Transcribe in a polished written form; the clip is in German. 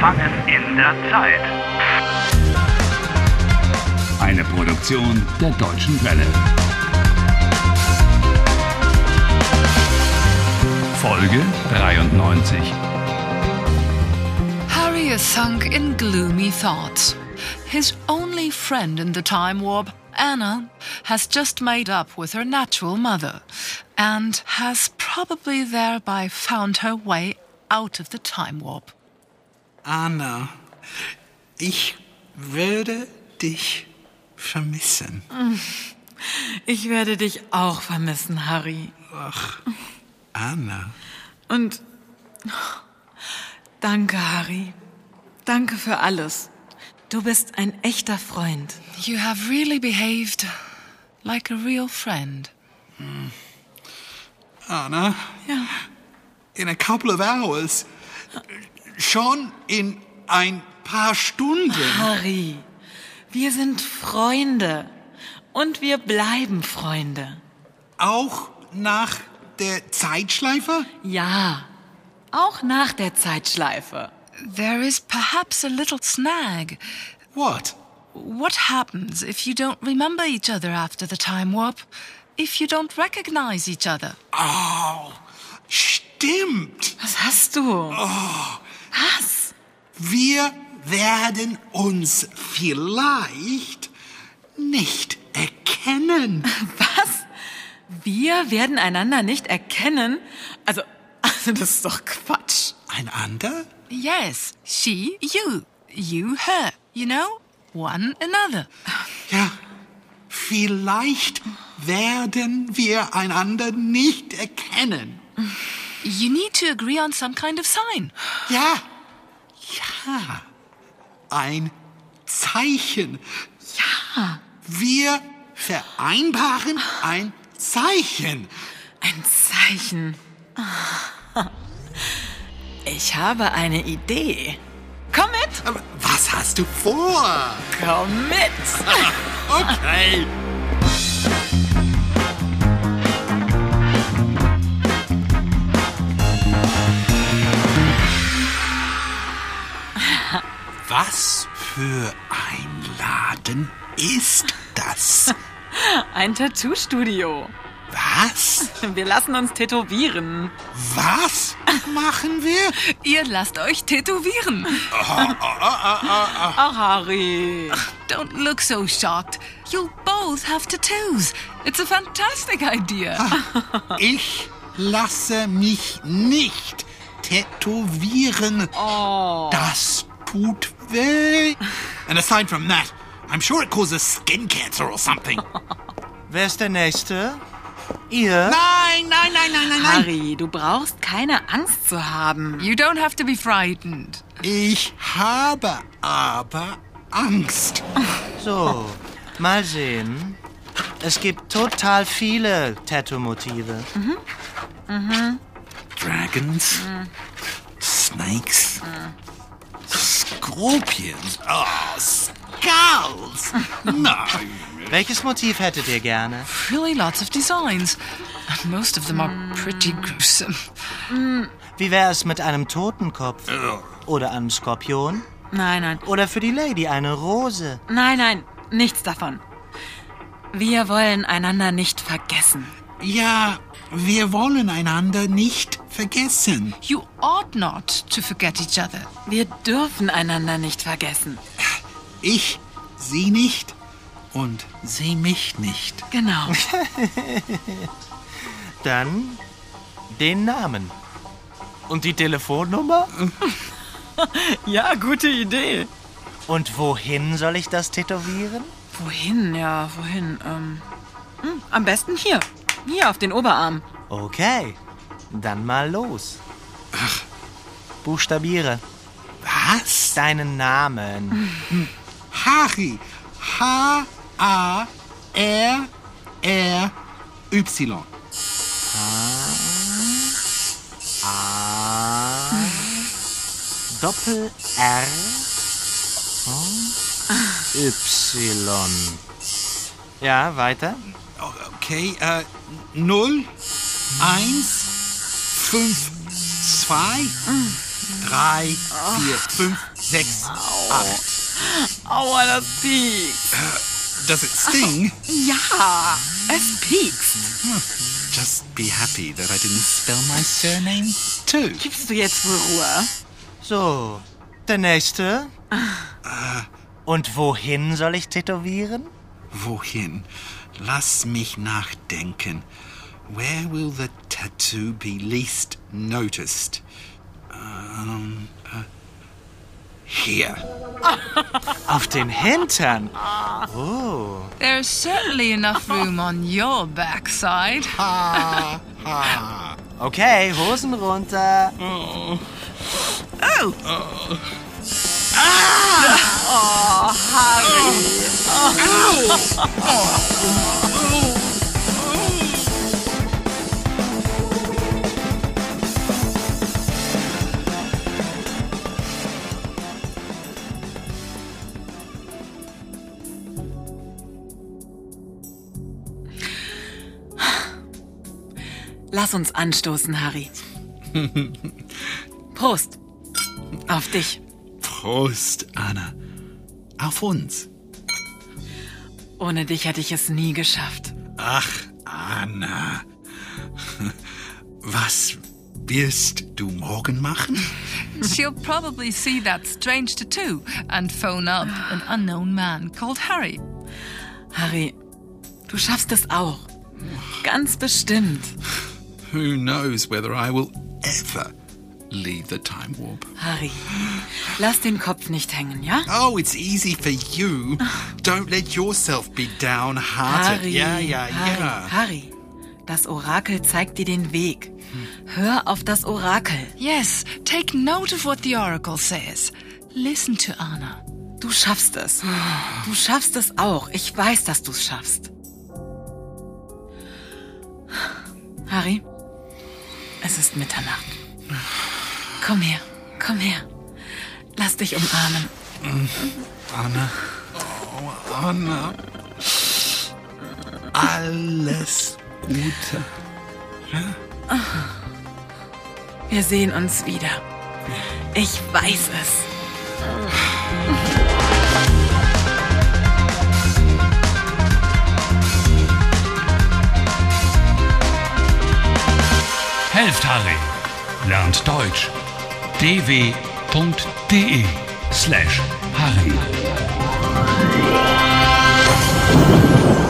Gefangen in der Zeit. Eine Produktion der Deutschen Welle. Folge 93. Harry is sunk in gloomy thoughts. His only friend in the time warp, Anna, has just made up with her natural mother and has probably thereby found her way out of the time warp. Anna, ich würde dich vermissen. Ich werde dich auch vermissen, Harry. Ach, Anna. Und danke, Harry. Danke für alles. Du bist ein echter Freund. You have really behaved like a real friend. Anna? Ja. In a couple of hours. Schon in ein paar Stunden. Harry, wir sind Freunde. Und wir bleiben Freunde. Auch nach der Zeitschleife? Ja, auch nach der Zeitschleife. There is perhaps a little snag. What? What happens if you don't remember each other after the time warp? If you don't recognize each other? Oh, stimmt. Was hast du? Was? Wir werden uns vielleicht nicht erkennen. Was? Wir werden einander nicht erkennen? Also das ist doch Quatsch. Einander? Yes, she, you. You, her. You know? One another. Ja, vielleicht werden wir einander nicht erkennen. You need to agree on some kind of sign. Ja, ein Zeichen. Ja, Wir vereinbaren ein Zeichen. ein Zeichen. Ich habe eine Idee. Komm mit! Aber was hast du vor? Komm mit! Okay. Was für ein Laden ist das? Ein Tattoo-Studio. Was? Wir lassen uns tätowieren. Was machen wir? Ihr lasst euch tätowieren. Ach, Harry. Don't look so shocked. You'll both have tattoos. It's a fantastic idea. Ich lasse mich nicht tätowieren. Oh. Das tut weh. And aside from that, I'm sure it causes skin cancer or something. Wer ist der Nächste? Ihr? Nein. Harry, du brauchst keine Angst zu haben. You don't have to be frightened. Ich habe aber Angst. So, mal sehen. Es gibt total viele Tattoo-Motive. Dragons, snakes, scorpions, skulls. No. Welches Motiv hättet ihr gerne? Really lots of designs. And most of them are pretty gruesome. Wie wäre es mit einem Totenkopf? Oder einem Skorpion? Nein. Oder für die Lady eine Rose? Nein, nichts davon. Wir wollen einander nicht vergessen. Ja, wir wollen einander nicht vergessen. You ought not to forget each other. Wir dürfen einander nicht vergessen. Ich sie nicht und sie mich nicht. Genau. Dann den Namen. Und die Telefonnummer? Ja, gute Idee. Und wohin soll ich das tätowieren? Wohin? Am besten hier. Hier auf den Oberarm. Okay, dann mal los. Buchstabiere Was? deinen Namen. Harry. H-A-R-R-Y. A Doppel R Y. Ja, weiter. Okay, 0, 1, 5, 2, 3, 4, 5, 6, 8. Aua, das piekst. Does it sting? Ja, es piekst. Just be happy that I didn't spell my surname too. Gibst du jetzt wohl Ruhe? So, der nächste. Und wohin soll ich tätowieren? Wohin? Lass mich nachdenken. Where will the tattoo be least noticed? Here. Auf den Hintern. There's certainly enough room on your backside. Okay, Hosen runter. Lass uns anstoßen, Harry. Prost. Auf dich. Prost, Anna. Auf uns. Ohne dich hätte ich es nie geschafft. Ach, Anna. Was wirst du morgen machen? She'll probably see that strange tattoo and phone up an unknown man called Harry. Harry, du schaffst es auch. Ganz bestimmt. Who knows whether I will ever leave the time warp. Harry, lass den Kopf nicht hängen, ja? Oh, it's easy for you. Don't let yourself be downhearted. Harry, Harry, das Orakel zeigt dir den Weg. Hör auf das Orakel. Yes, take note of what the oracle says. Listen to Anna. Du schaffst es. Du schaffst es auch. Ich weiß, dass du es schaffst. Harry, es ist Mitternacht. Komm her, komm her. Lass dich umarmen. Anna. Oh, Anna. Alles Gute. Wir sehen uns wieder. Ich weiß es. Helft Harry. Lernt Deutsch. dw.de/Harry.